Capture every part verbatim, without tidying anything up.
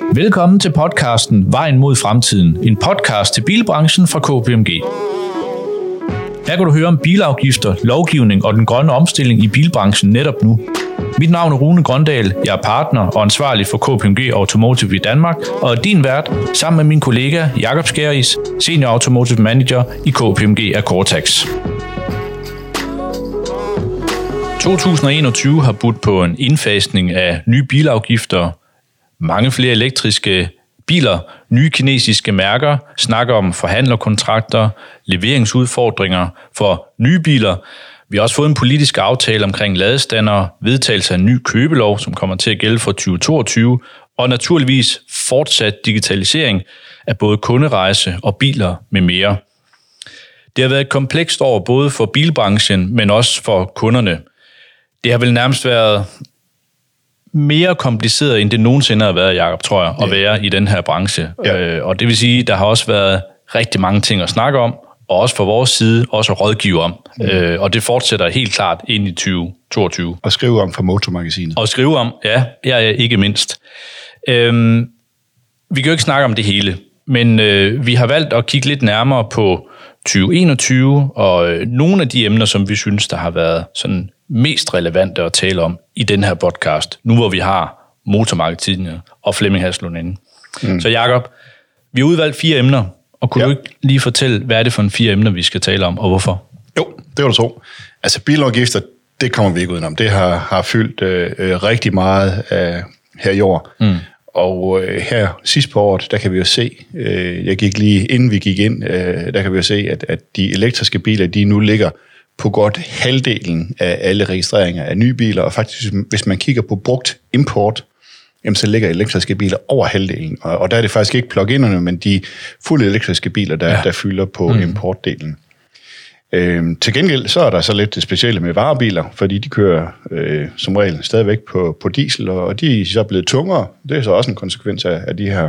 Velkommen til podcasten Vejen mod fremtiden, en podcast til bilbranchen fra K P M G. Her kan du høre om bilafgifter, lovgivning og den grønne omstilling i bilbranchen netop nu. Mit navn er Rune Grøndal, jeg er partner og ansvarlig for K P M G Automotive i Danmark, og er din vært sammen med min kollega Jakob Skæris, Senior Automotive Manager i K P M G Accortax. to tusind og enogtyve har budt på en indfasning af nye bilafgifter, mange flere elektriske biler, nye kinesiske mærker, snakker om forhandlerkontrakter, leveringsudfordringer for nye biler. Vi har også fået en politisk aftale omkring ladestandere, vedtagelse af en ny købelov, som kommer til at gælde for tyve toogtyve, og naturligvis fortsat digitalisering af både kunderejse og biler med mere. Det har været et komplekst år både for bilbranchen, men også for kunderne. Det har vel nærmest været mere kompliceret, end det nogensinde har været, Jakob, tror jeg, at være i den her branche. Ja. Øh, og det vil sige, der har også været rigtig mange ting at snakke om, og også fra vores side, også at rådgive om. Mm. Øh, og det fortsætter helt klart ind i tyve toogtyve. Og skrive om for Motormagasinet. Og skrive om, ja, ja ikke mindst. Øhm, vi kan jo ikke snakke om det hele, men øh, vi har valgt at kigge lidt nærmere på tyve enogtyve, og øh, nogle af de emner, som vi synes, der har været sådan mest relevante at tale om i den her podcast, nu hvor vi har Motormagasinet og Flemming Haslund inde. Mm. Så Jakob, vi har udvalgt fire emner, og kunne ja. du ikke lige fortælle, hvad er det for en fire emner, vi skal tale om, og hvorfor? Jo, det var du tro. Altså bilafgifter, det kommer vi ikke udenom. Det har, har fyldt øh, rigtig meget øh, her i år. Mm. Og øh, her sidst på året, der kan vi jo se, øh, jeg gik lige inden vi gik ind, øh, der kan vi jo se, at, at de elektriske biler, de nu ligger på godt halvdelen af alle registreringer af nye biler, og faktisk, hvis man kigger på brugt import, jamen, så ligger elektriske biler over halvdelen. Og, og der er det faktisk ikke plug-inerne, men de fulde elektriske biler, der, ja. der fylder på mm. importdelen. Øhm, til gengæld så er der så lidt det specielle med varebiler, fordi de kører øh, som regel stadigvæk på, på diesel, og de er så blevet tungere. Det er så også en konsekvens af, af de her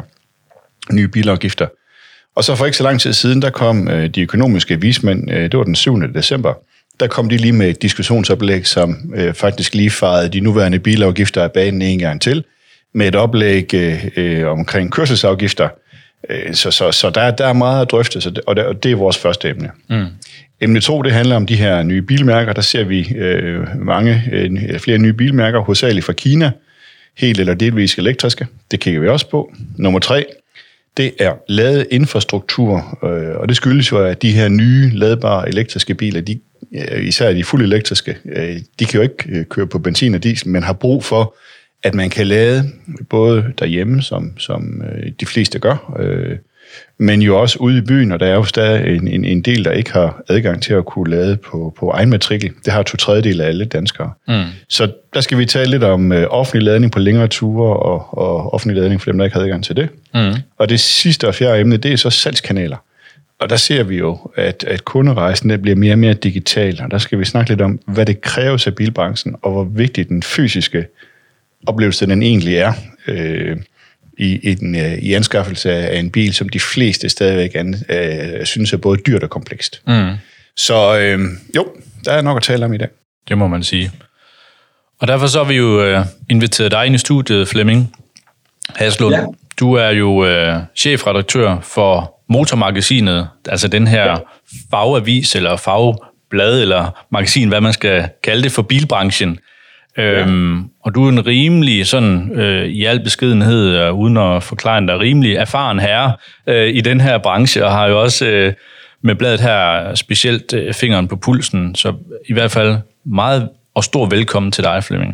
nye bilafgifter. Og så for ikke så lang tid siden, der kom øh, de økonomiske vismænd, øh, det var den syvende december, der kom de lige med et diskussionsoplæg, som øh, faktisk lige farede de nuværende bilafgifter af banen en gang til, med et oplæg øh, omkring kørselsafgifter. Øh, så så, så der, der er meget at drøfte, så det, og, det, og det er vores første emne. Mm. Emne to, det handler om de her nye bilmærker. Der ser vi øh, mange øh, flere nye bilmærker, hovedsageligt fra Kina, helt eller delvis elektriske. Det kigger vi også på. Nummer tre, det er ladeinfrastruktur, øh, og det skyldes jo, at de her nye ladbare elektriske biler, de, især de fuldt elektriske, øh, de kan jo ikke køre på benzin og diesel, men har brug for, at man kan lade både derhjemme, som, som øh, de fleste gør, øh, men jo også ude i byen, og der er jo stadig en, en, en del, der ikke har adgang til at kunne lade på, på egen matrikel. Det har to tredjedel af alle danskere. Mm. Så der skal vi tale lidt om øh, offentlig ladning på længere ture, og, og offentlig ladning for dem, der ikke har adgang til det. Mm. Og det sidste og fjerde emne, det er så salgskanaler. Og der ser vi jo, at, at kunderejsen der bliver mere og mere digital, og der skal vi snakke lidt om, hvad det kræves af bilbranchen, og hvor vigtig den fysiske oplevelse, den egentlig er, øh, i, i, den, i anskaffelse af en bil, som de fleste stadigvæk an, øh, synes er både dyrt og komplekst. Mm. Så øh, jo, der er nok at tale om i dag. Det må man sige. Og derfor så har vi jo øh, inviteret dig ind i studiet, Flemming Haslund. Ja. Du er jo øh, chefredaktør for Motormagasinet, altså den her ja. fagavis eller fagblad eller magasin, hvad man skal kalde det for bilbranchen. Ja. Øhm, og du er en rimelig, sådan øh, i al beskedenhed, øh, uden at forklare dig, rimelig erfaren herre øh, i den her branche, og har jo også øh, med bladet her specielt øh, fingeren på pulsen, så i hvert fald meget og stor velkommen til dig, Flemming.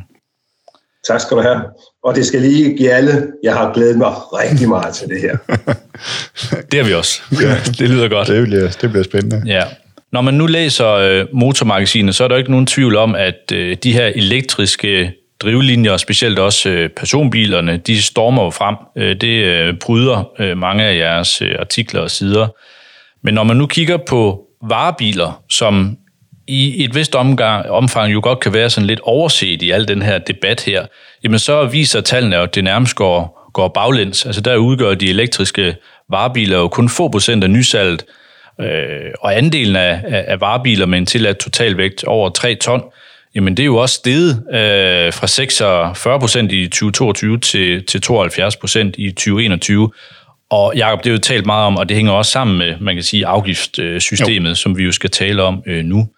Tak skal du have, og det skal lige give alle, jeg har glædet mig rigtig meget til det her. Det har vi også. Ja. Det lyder godt. Det bliver, det bliver spændende. Ja. Når man nu læser øh, Motormagasinet, så er der ikke nogen tvivl om, at øh, de her elektriske drivlinjer, specielt også øh, personbilerne, de stormer jo frem. Øh, det øh, bryder øh, mange af jeres øh, artikler og sider. Men når man nu kigger på varebiler, som i et vist omgang, omfang jo godt kan være sådan lidt overset i al den her debat her, jamen så viser tallene, at det nærmest går, går baglæns. Altså der udgør de elektriske varebiler jo kun få procent af nysalget, øh, og andelen af, af, af varebiler med en tilladt totalvægt over tre ton, Jamen det er jo også steget øh, fra seksogfyrre procent i tyve toogtyve til, til tooghalvfjerds procent i tyve enogtyve. Og Jacob, det er jo talt meget om, og det hænger også sammen med, man kan sige, afgiftssystemet, jo. Som vi jo skal tale om øh, nu.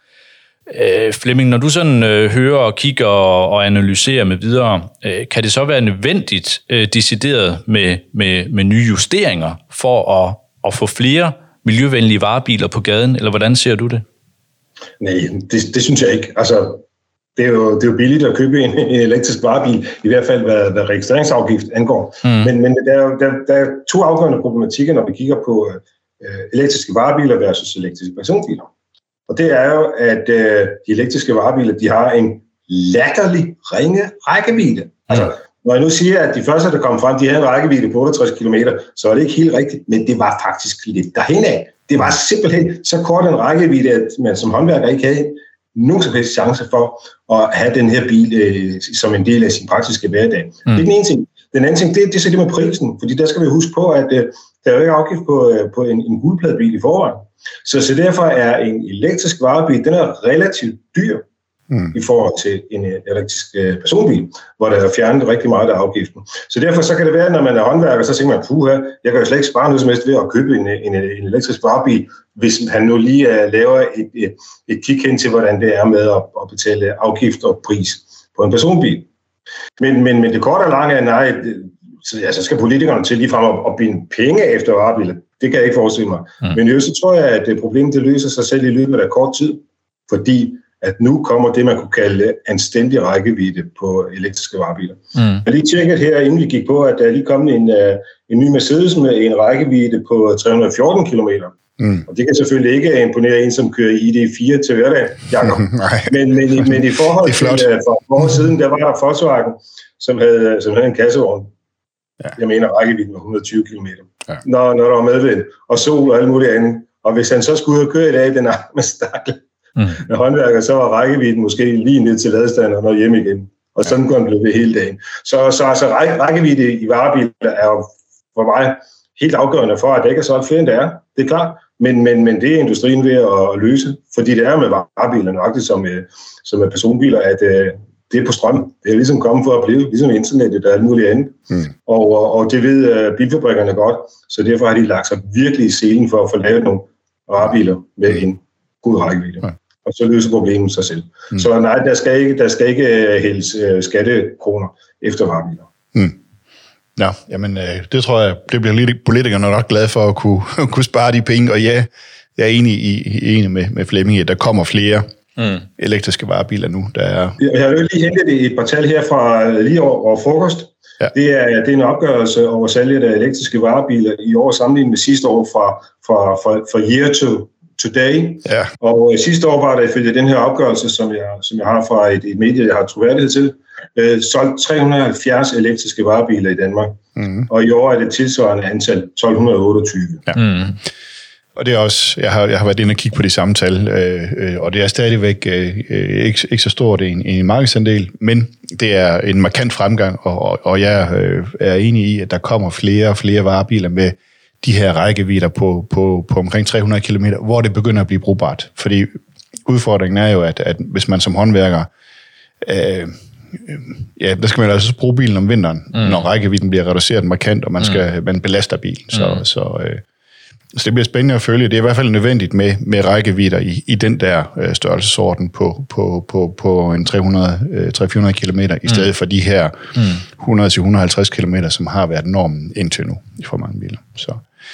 Øh, Flemming, når du sådan øh, hører og kigger og, og analyserer med videre, øh, kan det så være nødvendigt øh, decideret med, med, med nye justeringer for at, at få flere miljøvenlige varebiler på gaden, eller hvordan ser du det? Nej, det, det synes jeg ikke. Altså, det er, jo, det er jo billigt at købe en, en elektrisk varebil, i hvert fald hvad, hvad registreringsafgift angår. Mm. Men, men der, er, der, der er to afgørende problematikker, når vi kigger på øh, elektriske varebiler versus elektriske personbiler. Og det er jo, at øh, de elektriske varebiler, de har en latterlig ringe rækkevidde. Mm. Altså, når jeg nu siger, at de første, der kom frem, de havde en rækkevidde på otteogtres kilometer, så er det ikke helt rigtigt, men det var faktisk lidt derhenad. Det var simpelthen så kort en rækkevidde, at man som håndværker ikke havde nogen som helst chance for at have den her bil øh, som en del af sin praktiske hverdag. Mm. Det er den ene ting. Den anden ting, det, det er så det med prisen, fordi der skal vi huske på, at øh, der er jo ikke afgift på, øh, på en, en guldpladebil i forvejen. Så, så derfor er en elektrisk varebil, den er relativt dyr mm. i forhold til en elektrisk øh, personbil, hvor der er fjernet rigtig meget af afgiften. Så derfor så kan det være, når man er håndværker, så tænker man, puha, jeg kan jo slet ikke spare noget som helst ved at købe en, en, en elektrisk varebil, hvis han nu lige uh, laver et, et, et kig hen til, hvordan det er med at, at betale afgift og pris på en personbil. Men, men, men det korte og lange er, nej, så, ja, så skal politikerne til ligefrem at, at binde penge efter varebiler. Det kan jeg ikke forestille mig. Mm. Men jo, så tror jeg, at problemet det løser sig selv i løbet af kort tid, fordi at nu kommer det, man kunne kalde anstændig rækkevidde på elektriske varebiler. Mm. Jeg lige tjekket her, inden vi gik på, at der er lige kommet en, en ny Mercedes med en rækkevidde på tre hundrede og fjorten kilometer. Mm. Og det kan selvfølgelig ikke imponere en, som kører I D fire til hverdag, Jacob. men, men, men i forhold til for et år siden, der var der Volkswagen, som havde, som havde en kassevogn. Ja. Jeg mener, rækkevidden var et hundrede og tyve kilometer. Ja. Når, når der var medvind, og sol og alt muligt andet. Og hvis han så skulle ud og køre i dag, den arme stakkel, mm. med håndværker, så var rækkevidden måske lige ned til ladestanderen og hjem igen. Og sådan kunne han blive ved hele dagen. Så, så altså, rækkevidde i varebiler er jo for mig helt afgørende for, at der ikke er så flere, end der er. Det er klart. Men, men, men det er industrien ved at løse. Fordi det er med varebiler nøjagtigt som, som med personbiler, at det er på strøm. Det er ligesom kommet for at blive, ligesom internettet og alt muligt andet. Mm. Og, og, og det ved bilfabrikkerne godt. Så derfor har de lagt sig virkelig i selen for at få lavet nogle varebiler med en god rækkevidde. Ja. Og så løser problemet sig selv. Mm. Så nej, der skal ikke, der skal ikke hældes skattekroner efter varebiler. Mm. Ja, jamen det tror jeg, det bliver politikerne nok glade for at kunne, kunne spare de penge. Og ja, jeg er enig, i, enig med, med Flemming i, at der kommer flere mm. elektriske varebiler nu. Der er... Jeg har jo lige hentet et par tal her fra lige over, over frokost. Ja. Det, er, det er en opgørelse over salget af elektriske varebiler i år sammenlignet med sidste år fra, fra, fra, fra year to today. Ja. Og sidste år var der ifølge den her opgørelse, som jeg, som jeg har fra et, et medie, jeg har troværdighed til, øh, solgt tre hundrede og halvfjerds elektriske varebiler i Danmark. Mm. Og i år er det tilsvarende antal tolv otteogtyve. Ja. Mm. Og det er også, jeg har, jeg har været inde og kigge på de samme tal, øh, og det er stadigvæk øh, ikke, ikke så stort en, en markedsandel, men det er en markant fremgang, og, og, og jeg øh, er enig i, at der kommer flere og flere varebiler med de her rækkevidder på, på, på omkring tre hundrede kilometer, hvor det begynder at blive brugbart. Fordi udfordringen er jo, at, at hvis man som håndværker, øh, ja, der skal man altså bruge bilen om vinteren, mm. når rækkevidden bliver reduceret markant, og man, skal, mm. man belaster bilen. Så, mm. så, øh, så det bliver spændende at følge. Det er i hvert fald nødvendigt med, med rækkevidder i, i den der øh, størrelsesorden på, på, på, på en tre hundrede til fire hundrede kilometer, i stedet mm. for de her mm. hundrede til hundrede og halvtreds kilometer, som har været normen indtil nu for mange biler. Så.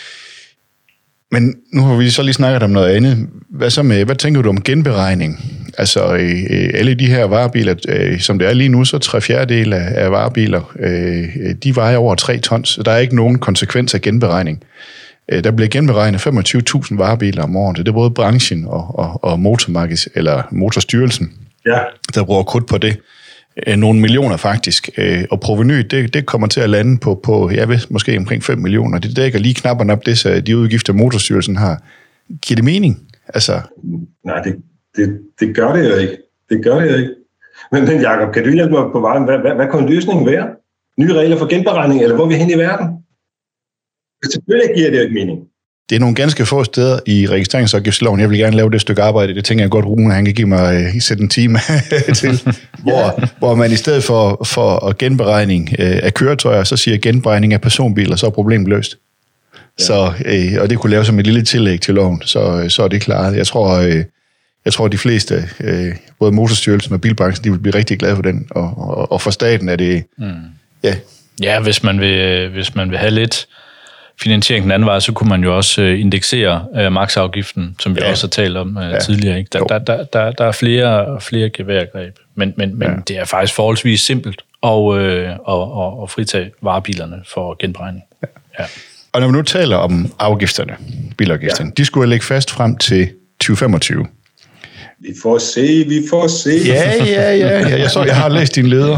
Men nu har vi så lige snakket om noget andet. Hvad så med, hvad tænker du om genberegning? Altså øh, alle de her varebiler, øh, som det er lige nu, så tre fjerdedele af, af varebiler, øh, de vejer over tre tons, så der er ikke nogen konsekvens af genberegning. Øh, der bliver genberegnet femogtyve tusind varebiler om året. Det er både branchen og, og, og motormarkeds, eller motorstyrelsen, ja. der bruger krudt på det. Nogle millioner faktisk, og provenyet, det, det kommer til at lande på, på jeg ved, måske omkring fem millioner. Det dækker lige knapperne op det, så de udgifter, Motorstyrelsen har. Giver det mening? Altså... Nej, det, det, det gør det jo ikke. Det gør det jo ikke. Men, men Jacob, kan du hjælpe mig på vejen? Hvad, hvad, hvad kunne løsningen være? Nye regler for genberegning, eller hvor er vi hen i verden? Selvfølgelig giver det jo ikke mening. det er nogle ganske få steder i registreringsafgiftsloven. Jeg vil gerne lave det stykke arbejde. Det tænker jeg godt, Rune, han kan give mig uh, sætte en time til. Hvor, hvor man i stedet for, for genberegning uh, af køretøjer, så siger genberegning af personbiler, så er problemet løst. Ja. Så, uh, og det kunne laves som et lille tillæg til loven, så, så er det klaret. Jeg tror, uh, jeg tror de fleste, uh, både Motorstyrelsen og bilbranchen, de vil blive rigtig glade for den. Og, og, og for staten er det... Mm. Ja, ja hvis, man vil, hvis man vil have lidt finansiering den anden vej, så kunne man jo også indeksere uh, maksafgiften, som vi ja. også har talt om uh, ja. tidligere. Ikke? Der, der, der, der, der er flere, flere geværgreb, men, men, men ja. det er faktisk forholdsvis simpelt at, uh, at, at, at fritage varebilerne for genberegning. Ja. Ja. Og når vi nu taler om afgifterne, bilafgifterne, ja. de skulle ligge fast frem til tyve femogtyve. Vi får se, vi får se. Ja, ja, ja. Jeg, så, jeg har læst din leder.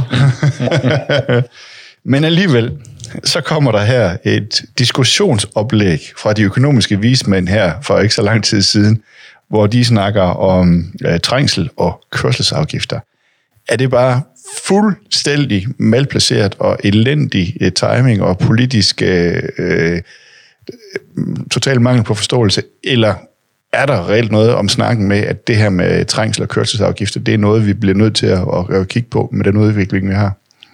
Men alligevel, så kommer der her et diskussionsoplæg fra de økonomiske vismænd her for ikke så lang tid siden, hvor de snakker om uh, trængsel og kørselsafgifter. Er det bare fuldstændig malplaceret og elendig uh, timing og politisk uh, uh, total mangel på forståelse, eller er der reelt noget om snakken med, at det her med trængsel og kørselsafgifter, det er noget, vi bliver nødt til at, at, at kigge på med den udvikling, vi har?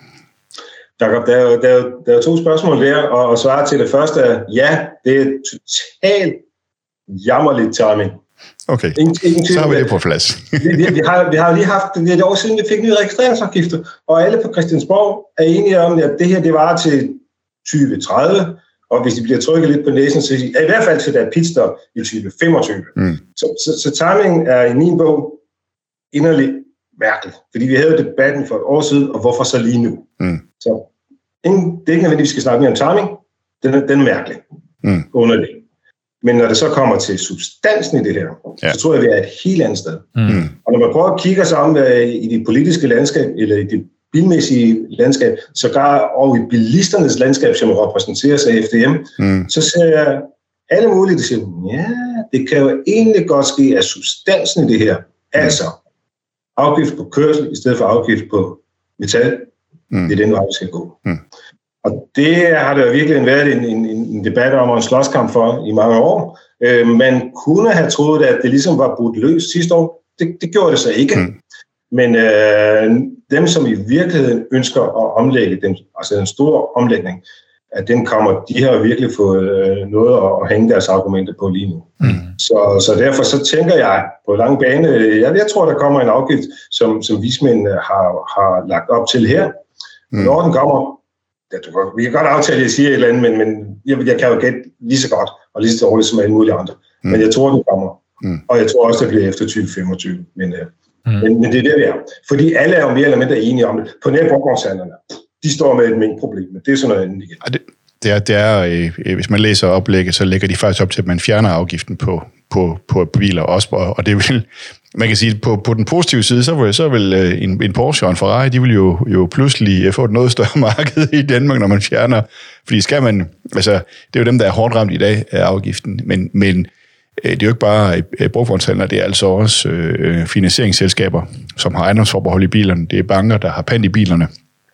Jakob, der er jo, der er jo, der er to spørgsmål der, og, og svare til det første er, ja, det er totalt jammerligt timing. Okay, ingen, ingen så har vi det på plads. vi, vi, vi, har, vi har lige haft, det er et år siden, vi fik nye registreringsafgifter, og alle på Christiansborg er enige om, at det her, det var til tyve tredive, og hvis de bliver trykket lidt på næsen, så er i hvert fald til der pitstop i tyve femogtyve. Mm. Så, så, så timingen er i min bog inderligt mærkeligt, fordi vi havde debatten for et år siden, og hvorfor så lige nu? Mm. Så ingen, det er ikke nødvendigt, vi skal snakke mere om timing. Den er, den er mærkelig. Mm. Underlig. Men når det så kommer til substansen i det her, ja. så tror jeg, vi er et helt andet sted. Mm. Og når man prøver at kigge sig om i det politiske landskab, eller i det bilmæssige landskab, sågar og i bilisternes landskab, som repræsenteres af F D M, mm. så ser jeg alle mulige, der siger, ja, det kan jo egentlig godt ske af substansen i det her. Altså, afgift på kørsel i stedet for afgift på metal. Mm. Det er den vej, vi skal gå. Mm. Og det har der virkelig været en, en, en debat om og en slåskamp for i mange år. Øh, man kunne have troet, at det ligesom var brudt løs sidste år. Det, det gjorde det så ikke. Mm. Men øh, dem, som i virkeligheden ønsker at omlægge dem, altså en stor omlægning, at den kommer, de har virkelig fået øh, noget at, at hænge deres argumenter på lige nu. Mm. Så, så derfor så tænker jeg på lang bane, jeg, jeg tror, der kommer en afgift, som, som vismændene har, har lagt op til her. Mm. Når den kommer, vi kan godt aftale, at jeg siger et eller andet, men, men jeg, jeg kan jo gætte lige så godt og lige så dårligt som alle mulige andre. Mm. Men jeg tror, den kommer. Mm. Og jeg tror også, det bliver efter tyve femogtyve. Men, øh, mm. men, men det er der, vi er. Fordi alle er jo mere eller mindre enige om det. På nær brugvognshandlerne, de står med et mængdeproblem, men det er sådan noget andet igen. Det, det er, det er øh, hvis man læser oplægget, så lægger de faktisk op til, at man fjerner afgiften på, på, på biler også. Og det vil, man kan sige, på, på den positive side, så vil, så vil en, en Porsche og en Ferrari, de vil jo, jo pludselig få et noget større marked i Danmark, når man fjerner. Fordi skal man, altså, det er jo dem, der er hårdt ramt i dag af afgiften, men, men det er jo ikke bare brugvognshandlere, det er altså også øh, finansieringsselskaber, som har ejendomsforbehold i bilerne. Det er banker, der har pant i bilerne.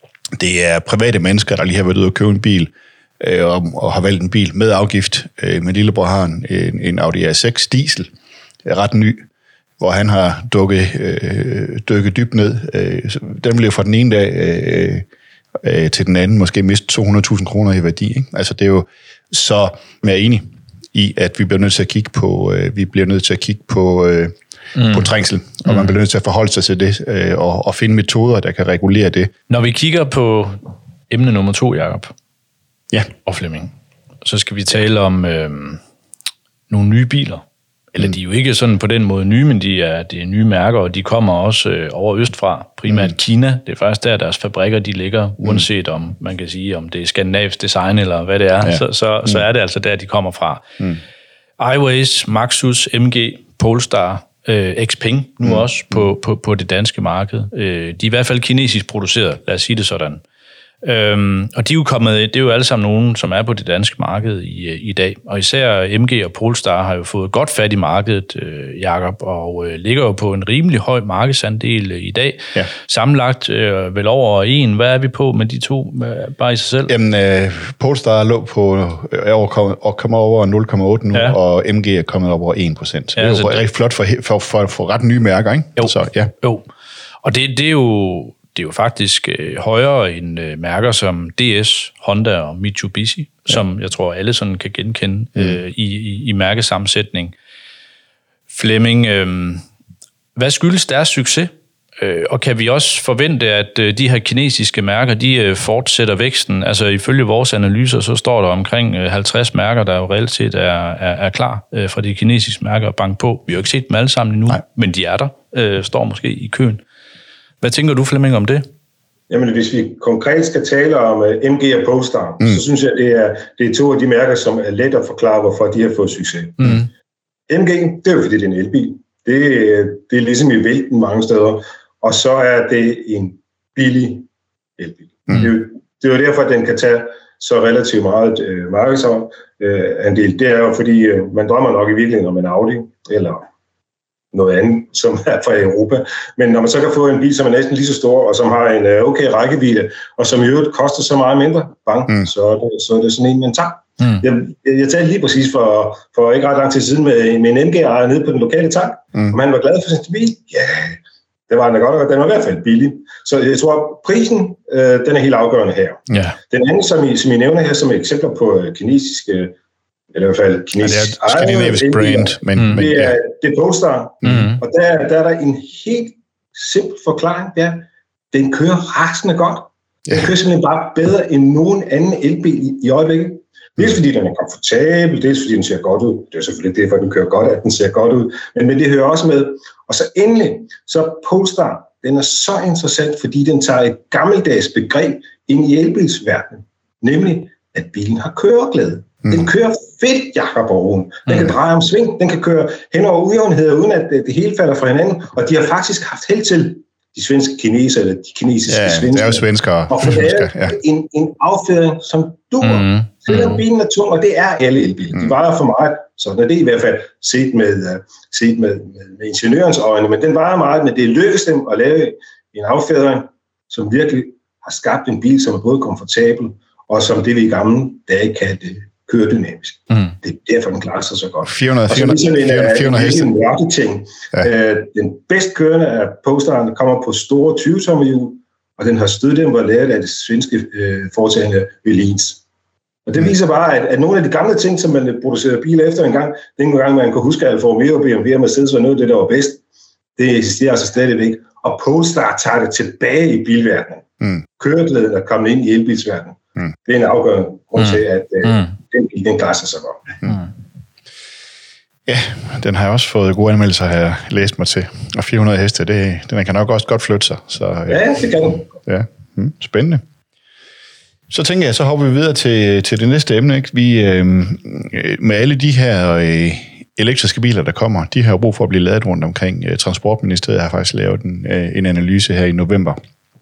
Det er private mennesker, der lige har været ude og købe en bil, øh, og, og har valgt en bil med afgift. Øh, min lillebror har en, en Audi A seks diesel, ret ny, hvor han har dukket, øh, dykket dybt ned. Øh, den blev fra den ene dag øh, øh, til den anden måske mistet to hundrede tusind kroner i værdi. Ikke? Altså det er jo så, jeg er enig i, at vi bliver nødt til at kigge på, øh, vi bliver nødt til at kigge på, øh, mm. på trængsel, og man bliver nødt til at forholde sig til det, øh, og, og finde metoder, der kan regulere det. Når vi kigger på emne nummer to, Jakob, ja. og Flemming, så skal vi tale om øh, nogle nye biler. Eller de er jo ikke sådan på den måde nye, men de er, de er nye mærker, og de kommer også øh, over østfra, primært mm. Kina. Det er faktisk der, deres fabrikker de ligger, uanset om man kan sige, om det er skandinavisk design eller hvad det er, ja. så, så, mm. så er det altså der, de kommer fra. Mm. iWays, Maxus, M G, Polestar, øh, Xpeng nu mm. også på, på, på det danske marked. Øh, de er i hvert fald kinesisk produceret, lad os sige det sådan. Øhm, og de er jo kommet, det er jo alle sammen nogen, som er på det danske marked i, i dag. Og især M G og Polestar har jo fået godt fat i markedet, øh, Jakob, og øh, ligger jo på en rimelig høj markedsandel øh, i dag. Ja. Sammenlagt øh, vel over en. Hvad er vi på med de to, øh, bare i sig selv? Jamen, øh, Polestar lå på øh, og kommer over nul komma otte nu, ja. Og M G er kommet op over en procent. Ja, det er jo rigtig det... flot for, for, for, for ret nye mærker, ikke? Jo, Så, ja. jo. Og det, det er jo... Det er jo faktisk øh, højere end øh, mærker som D S, Honda og Mitsubishi, ja. Som jeg tror alle sådan kan genkende mm. øh, i, i, i mærkesammensætning. Flemming, øh, hvad skyldes deres succes? Øh, og kan vi også forvente, at øh, de her kinesiske mærker, de øh, fortsætter væksten? Altså ifølge vores analyser, så står der omkring øh, halvtreds mærker, der jo reelt set er, er, er klar øh, fra de kinesiske mærker at banke på. Vi har jo ikke set dem alle sammen endnu, Nej. Men de er der, øh, står måske i køen. Hvad tænker du, Flemming, om det? Jamen, hvis vi konkret skal tale om uh, M G og Polestar, mm. så synes jeg, det er, det er to af de mærker, som er let at forklare, hvorfor de har fået succes. Mm. M G, det er jo fordi, det er en elbil. Det, det er ligesom i vælten mange steder. Og så er det en billig elbil. Mm. Det, er jo, det er jo derfor, at den kan tage så relativt meget øh, markedsandel. Øh, det er jo fordi, øh, man drømmer nok i virkeligheden om en Audi, eller noget andet, som er fra Europa. Men når man så kan få en bil, som er næsten lige så stor, og som har en okay rækkevidde, og som i øvrigt koster så meget mindre, bang, mm. så, er det, så er det sådan en, man tager. Mm. Jeg, jeg talte lige præcis for, for ikke ret lang tid siden med, med en M G-ejer nede på den lokale tank, mm. og han var glad for sin bil. Ja, det var den da godt, og den var i hvert fald billig. Så jeg tror, at prisen, øh, den er helt afgørende her. Yeah. Den anden, som I, som I nævner her, som eksempler på øh, kinesiske eller i hvert fald kinesisk ja, skandinavisk brand, men, mm. men det er, ja. det er Polestar, mm. og der, der er der en helt simpel forklaring, der den kører rasende godt. Den yeah. kører simpelthen bare bedre end nogen anden elbil i, i øjeblikket. Dels fordi den er komfortabel, dels fordi den ser godt ud. Det er selvfølgelig derfor, den kører godt, at den ser godt ud. Men, men det hører også med. Og så endelig, så Polestar, den er så interessant, fordi den tager et gammeldags begreb ind i elbilsverdenen. Nemlig, at bilen har køreglæde. Mm. Den kører fedt, Jakob Aarhus. Den kan dreje om sving, den kan køre hen over ujævnheder, uden at det hele falder fra hinanden. Og de har faktisk haft held til, de svenske kineser, eller de kinesiske ja, svensker. det er jo svenskere. Og for det ja. en, en affjedring, som duer. Mm. Selvom bilen er tung, og det er alle elbiler. Mm. De vejer for meget, sådan er det i hvert fald set med, uh, set med, med, med ingeniørens øjne. Men den vejer meget, men det lykkedes dem at lave en affjedring, som virkelig har skabt en bil, som er både komfortabel, og som det vi i gamle dage kaldte køre dynamisk. Mm. Det er derfor, den klarer sig så godt. fire hundrede, fire hundrede, fire hundrede heste. En mørke ting. Ja. Den bedst kørende af Polestaren kommer på store tyve-tomme hjul, og den har støddæmper lavet af det svenske øh, foretagende Öhlins. Og det viser bare, at, at nogle af de gamle ting, som man producerede biler efter en gang, den gang man kan huske, at Alfa Romeo, B M W og Mercedes var noget af det, der var bedst, det eksisterer altså stadigvæk. Og Polestar tager det tilbage i bilverdenen. Mm. Køreglæden er kommet ind i elbilsverdenen. Mm. Det er en afgørende grund til, at øh, mm. den bil, den klarer sig så godt. Mm. Ja, den har jeg også fået gode anmeldelser, har jeg læst mig til. Og fire hundrede heste, det, den kan nok også godt flytte sig. Så, ja. ja, det kan den. Ja, mm, spændende. Så tænker jeg, så hopper vi videre til, til det næste emne. Ikke? Vi, øh, med alle de her øh, elektriske biler, der kommer, de har brug for at blive ladet rundt omkring. Transportministeriet har faktisk lavet en, øh, en analyse her i november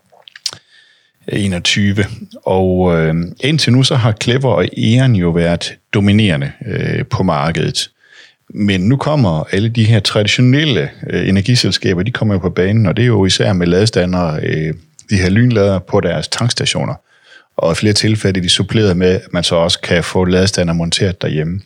enogtyve, og øh, indtil nu så har Clever og E.ON jo været dominerende øh, på markedet. Men nu kommer alle de her traditionelle øh, energiselskaber, de kommer jo på banen, og det er jo især med ladestandere, øh, de her lynlader på deres tankstationer. Og i flere tilfælde er de suppleret med, at man så også kan få ladestander monteret derhjemme.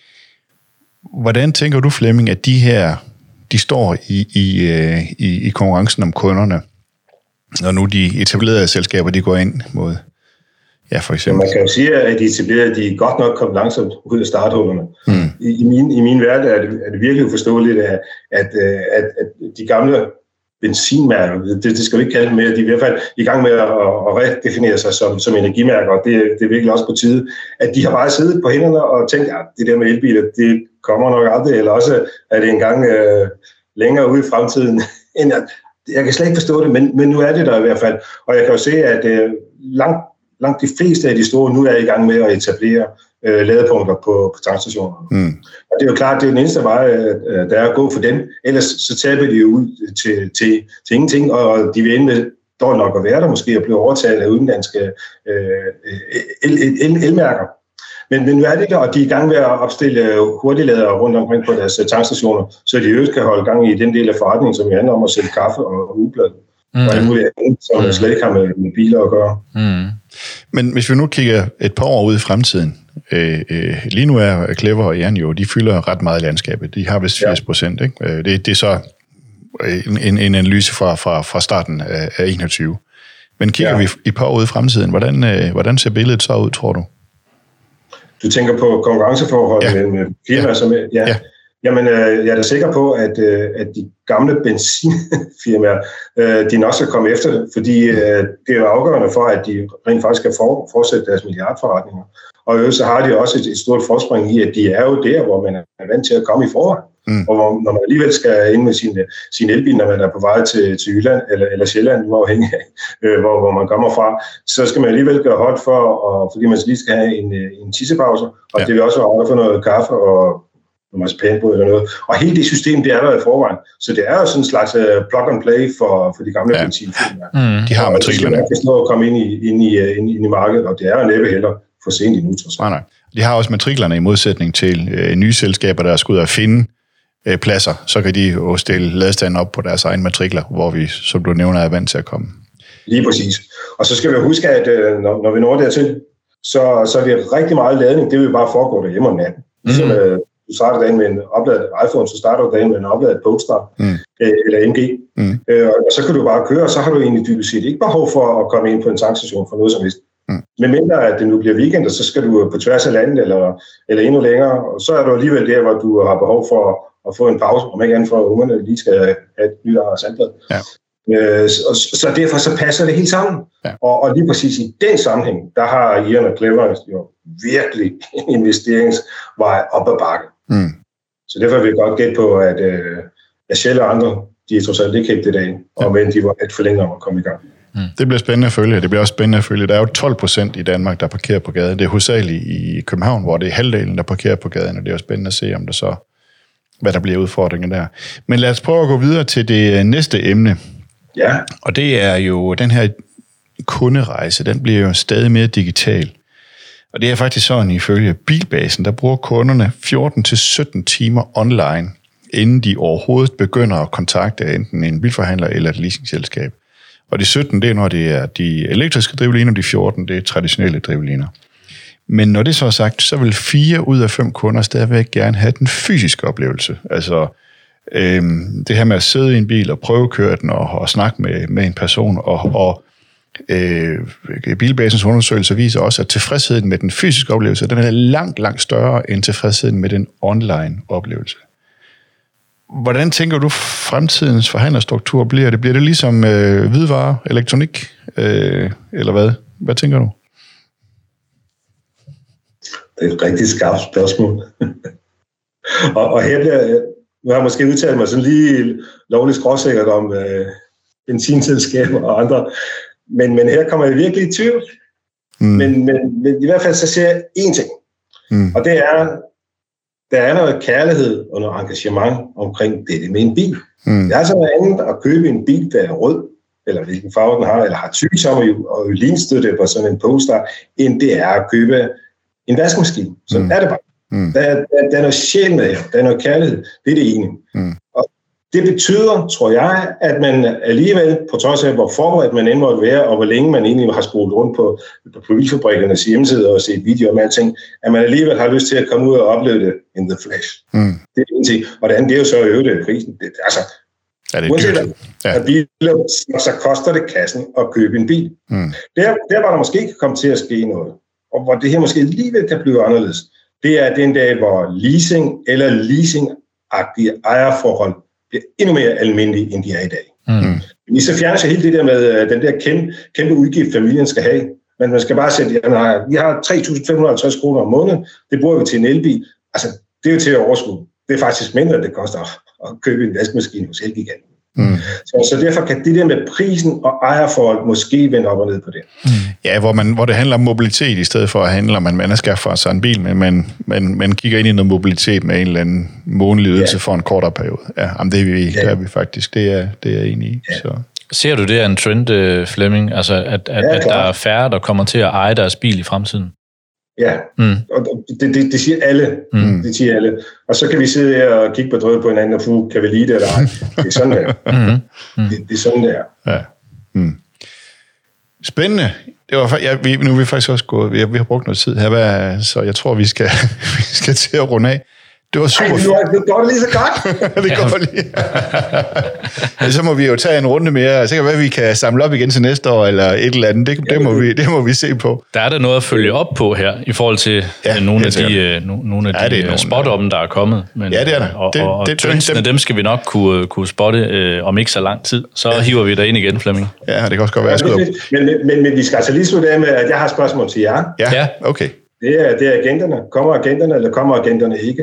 Hvordan tænker du, Flemming, at de her, de står i, i, i, i konkurrencen om kunderne, når nu de etablerede selskaber, de går ind mod, ja, for eksempel? Man kan jo sige, at de etablerede, de er godt nok kommet langsomt ud af starthullerne. Mm. I, i, min, I min verden er det, er det virkelig uforståeligt, at, at, at, at de gamle benzinmærker, det, det skal vi ikke kalde dem mere, de er i hvert fald i gang med at, at redefinere sig som, som energimærker, og det, det er virkelig også på tide, at de har bare siddet på hænderne og tænkt, ja, det der med elbiler, det kommer nok aldrig, eller også er det engang øh, længere ude i fremtiden, end at, jeg kan slet ikke forstå det, men, men nu er det der i hvert fald, og jeg kan jo se, at øh, langt, langt de fleste af de store nu er i gang med at etablere øh, ladepunkter på, på tankstationerne. Mm. Og det er jo klart, det er den eneste vej, øh, der er at gå for dem. Ellers så taber de jo ud til, til, til ingenting, og de vil ende med dårligt nok at være der, måske at blive overtaget af udenlandske øh, el, el, el, elmærker. Men, men nu er det der, og de er i gang med at opstille hurtigladere rundt omkring på deres tankstationer, så de øvrigt kan holde gang i den del af forretningen, som handler om at sælge kaffe og, og ugeblad. Mm. Og alt muligt andet, som mm. slet ikke har med, med biler at gøre. Mm. Men hvis vi nu kigger et par år ud i fremtiden, øh, øh, lige nu er Clever og Jan jo, de fylder ret meget i landskabet. De har vist firs procent, ikke? Det, det er så en, en, en analyse fra, fra, fra starten af, af enogtyve. Men kigger ja. vi et par år ud i fremtiden, hvordan, øh, hvordan ser billedet så ud, tror du? Du tænker på konkurrenceforholdet ja. mellem firmaer, som ja. ja. Jamen, øh, jeg er da sikker på, at, øh, at de gamle benzinfirmaer, øh, de nok skal komme efter det, fordi øh, det er jo afgørende for, at de rent faktisk kan for, fortsætte deres milliardforretninger. Og øh, så har de også et, et stort forspring i, at de er jo der, hvor man er vant til at komme i forvejen. Mm. Og hvor, når man alligevel skal ind med sin, sin elbil, når man er på vej til, til Jylland eller, eller Sjælland, uafhængig af, øh, hvor, hvor man kommer fra, så skal man alligevel gøre holdt for, og, fordi man lige skal have en, en tissepause, og ja. det vil også være holdt for noget kaffe og marcipanbrød eller noget. Og hele det system, det er der i forvejen. Så det er jo sådan en slags uh, plug and play for, for de gamle ja. benzinfirmaer. Mm. De har matriklerne. De skal at komme ind i, ind, i, ind, ind i markedet, og det er jo næppe heller for sent endnu. Nej, nej. De har også matriklerne i modsætning til øh, nye selskaber, der skal ud og finde øh, pladser. Så kan de jo stille ladestanden op på deres egen matrikler, hvor vi, som du nævner, er vant til at komme. Lige præcis. Og så skal vi huske, at øh, når, når vi når dertil, så, så er det rigtig meget ladning. Det vil bare foregå derhjemme om natten. Mm. Ligesom, øh, du starter dagen med en opladet iPhone, så starter du dagen med en opladet Polestar mm. øh, eller M G. Mm. Øh, og så kan du bare køre, og så har du egentlig dybest set ikke behov for at komme ind på en tankstation for noget som helst. Mm. Men mindre at det nu bliver weekend, så skal du på tværs af landet eller, eller endnu længere, og så er du alligevel der, hvor du har behov for at få en pause, om ikke andet for at ungerne lige skal have et nyt sandblad. Ja. Øh, så, så derfor så passer det helt sammen. Ja. Og, og lige præcis i den sammenhæng, der har Ian og Clever jo virkelig en investeringsvej op ad bakke. Mm. Så derfor vil jeg godt gætte på, at, øh, at Shell og andre, de er trods alt ikke helt det dag, og men de var alt for længe om at komme i gang. Mm. Det bliver spændende at følge. Det bliver også spændende at følge. Der er jo tolv procent i Danmark, der parkerer på gaden. Det er hovedsageligt i København, hvor det er halvdelen, der parkerer på gaden, og det er jo spændende at se, om det så, hvad der bliver udfordringer der. Men lad os prøve at gå videre til det næste emne. Ja. Og det er jo, den her kunderejse, den bliver jo stadig mere digital. Og det er faktisk sådan, ifølge Bilbasen, der bruger kunderne fjorten til sytten timer online, inden de overhovedet begynder at kontakte enten en bilforhandler eller et leasingselskab. Og de sytten, det er, når det er de elektriske drivliner, de fjorten, det er traditionelle drivliner. Men når det så er sagt, så vil fire ud af fem kunder stadigvæk gerne have den fysiske oplevelse. Altså øhm, det her med at sidde i en bil og prøve at køre den og, og snakke med, med en person. Og, og øh, Bilbasens undersøgelse viser også, at tilfredsheden med den fysiske oplevelse, den er langt, langt større end tilfredsheden med den online oplevelse. Hvordan tænker du, fremtidens forhandlerstruktur bliver det? Bliver det ligesom øh, hvidvare, elektronik, øh, eller hvad? Hvad tænker du? Det er et rigtig skarpt spørgsmål. og, og her bliver, nu har jeg måske udtalt mig sådan lige lovligt skråsikkert om øh, benzinselskaber og andre, men, men her kommer jeg virkelig i tvivl. Mm. Men, men, men i hvert fald så ser jeg én ting, mm. og det er, der er noget kærlighed og noget engagement omkring det med en bil. Mm. Det er altså noget andet at købe en bil, der er rød, eller hvilken farve den har, eller har tyksommerhjul og linstøtte på sådan en Polestar, end det er at købe en vaskemaskine. Så mm. er det bare. Mm. Der, der, der er noget sjæl med her, der er noget kærlighed. Det er det ene. Mm. Og det betyder, tror jeg, at man alligevel, på trods af hvor forberedt man end måtte være, og hvor længe man egentlig har spolet rundt på, på bilfabrikkernes hjemmeside og set videoer med alting, at man alligevel har lyst til at komme ud og opleve det in the flesh. Mm. Det er en ting. Og det andet, det er jo så at øve det prisen. Det, altså, ja, det er dyrt. Ja. At biler, så koster det kassen at købe en bil. Mm. Der, der var der måske ikke kommet til at ske noget. Og hvor det her måske alligevel kan blive anderledes, det er den dag, hvor leasing eller leasingagtige ejerforhold bliver endnu mere almindelige, end de er i dag. Mm. Vi så fjerner sig helt det der med den der kæmpe, kæmpe udgift, familien skal have. Men man skal bare sætte, at vi har tre tusind fem hundrede og halvtreds kroner om måneden, det bruger vi til en elbil. Altså, det er jo til at overskue. Det er faktisk mindre, end det koster at købe en vaskemaskine hos Elgiganten. Mm. Så, så derfor kan det der med prisen og ejerforhold måske vende op og ned på det. Mm. Ja, hvor, man, hvor det handler om mobilitet i stedet for at handle om, at man skaffer sig en bil, men man, man, man kigger ind i noget mobilitet med en eller anden månedlig ydelse ja. for en kortere periode. Ja, jamen det er vi, ja. det er vi faktisk. Det er, det er jeg enig i. Ja. Så. Ser du det er en trend, Flemming? Altså, at, at, ja, at der er færre, der kommer til at eje deres bil i fremtiden? Ja, mm. og det, det, det siger alle. Mm. Det siger alle. Og så kan vi sidde her og kigge på drøde på hinanden og få, kan vi lide det eller ej? Det er sådan, det er. Mm. Mm. Det, det er sådan, det er. Ja. Mm. Spændende. Det var, ja, vi, nu er vi faktisk også gået, vi har, vi har brugt noget tid her, hvad, så jeg tror, vi skal, vi skal til at runde af. Det var super. Ej, det går lige så godt. det går lige. Så må vi jo tage en runde mere. Så kan det være, at vi kan samle op igen til næste år, eller et eller andet. Det, det, må, vi, det må vi se på. Der er der noget at følge op på her, i forhold til ja, nogle, af de, nogle af de ja, spot-up'en, der er kommet. Men, ja, det er der. Og, det, og det, trendsene, dem skal vi nok kunne, kunne spotte øh, om ikke så lang tid. Så ja. hiver vi dig ind igen, Flemming. Ja, det kan også godt være. Ja, men, men, men, men vi skal altså lige slutte af med, at jeg har spørgsmål til jer. Ja, ja. Okay. Det er, det er agenterne. Kommer agenterne, eller kommer agenterne ikke?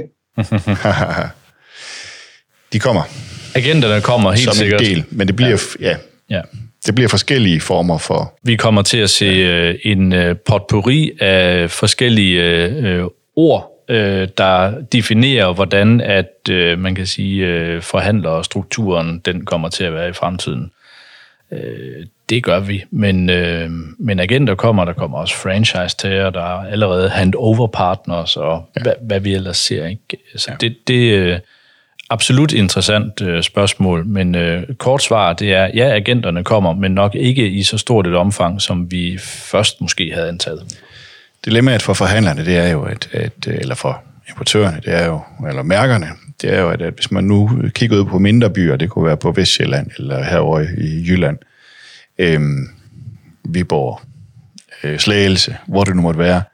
De kommer. Agenterne kommer helt som sikkert. En del, men det bliver, ja. Ja, ja. Det bliver forskellige former for... Vi kommer til at se ja. en potpourri af forskellige uh, ord, uh, der definerer, hvordan at uh, man kan sige, uh, forhandlerstrukturen den kommer til at være i fremtiden. Uh, det gør vi, men, uh, men agenter kommer, der kommer også franchise-tager, der er allerede hand-over-partners og ja. hvad, hvad vi ellers ser. Ikke? Så ja. det, det er absolut interessant uh, spørgsmål, men uh, kort svar, det er, ja, agenterne kommer, men nok ikke i så stort et omfang, som vi først måske havde antaget. Dilemmaet for forhandlerne, det er jo, at, at, eller for importørerne, det er jo, eller mærkerne, det er jo, at, at hvis man nu kigger ud på mindre byer, det kunne være på Vestsjælland eller herovre i Jylland, øhm, Viborg, øh, Slagelse, hvor det nu måtte være,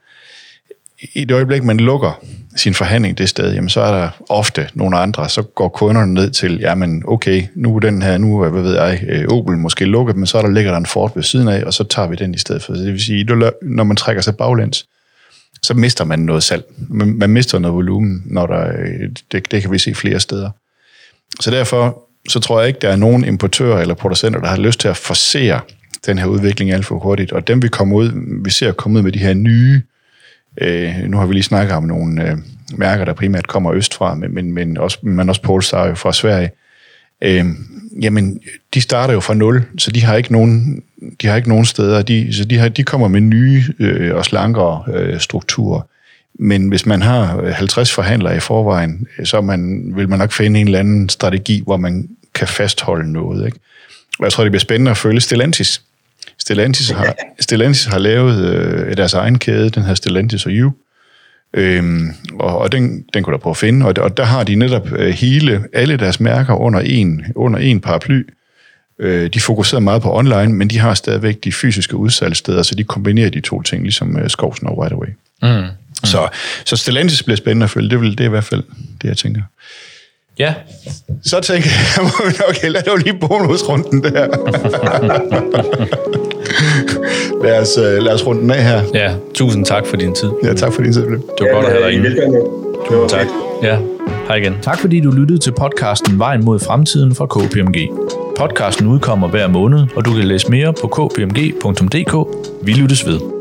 i det øjeblik, man lukker sin forhandling det sted, jamen så er der ofte nogle andre, så går kunderne ned til, jamen okay, nu er den her, nu er, hvad ved jeg, Opel måske lukket, men så er der ligger der en Ford ved siden af, og så tager vi den i stedet for. Det vil sige, når man trækker sig baglæns, så mister man noget salg. Man, man mister noget volumen, når der, det, det kan vi se flere steder. Så derfor, så tror jeg ikke, der er nogen importører eller producenter, der har lyst til at forcere den her udvikling alt for hurtigt, og dem vi kommer ud, vi ser komme ud med de her nye. Øh, nu har vi lige snakket om nogle øh, mærker, der primært kommer østfra, men, men, men også, men også Polestar jo fra Sverige. Øh, jamen, de starter jo fra nul, så de har ikke nogen, de har ikke nogen steder. De, så de, har, de kommer med nye øh, og slankere øh, strukturer. Men hvis man har halvtreds forhandlere i forvejen, så man, vil man nok finde en eller anden strategi, hvor man kan fastholde noget. Ikke? Og jeg tror, det bliver spændende at følge Stellantis. Stellantis har, Stellantis har lavet øh, deres egen kæde, den her Stellantis og U, øhm, og, og den, den kunne der prøve at finde, og, og der har de netop øh, hele, alle deres mærker under en, under en paraply. Øh, de fokuserer meget på online, men de har stadigvæk de fysiske udsalgssteder, så de kombinerer de to ting, ligesom øh, Skovsen og Right Away. Mm. Mm. Så, så Stellantis bliver spændende at følge, det, vil, det er i hvert fald det, jeg tænker. Ja. Så tænker jeg, må vi nok hellere lave lige bonusrunden der. lad, os, lad os runde den af her. Ja, tusind tak for din tid. Ja, tak for din tid. Det var ja, godt at have dig inde. Tusind tak. Ja, hej igen. Tak fordi du lyttede til podcasten Vejen mod fremtiden fra K P M G. Podcasten udkommer hver måned, og du kan læse mere på k p m g punktum d k. Vi lyttes ved.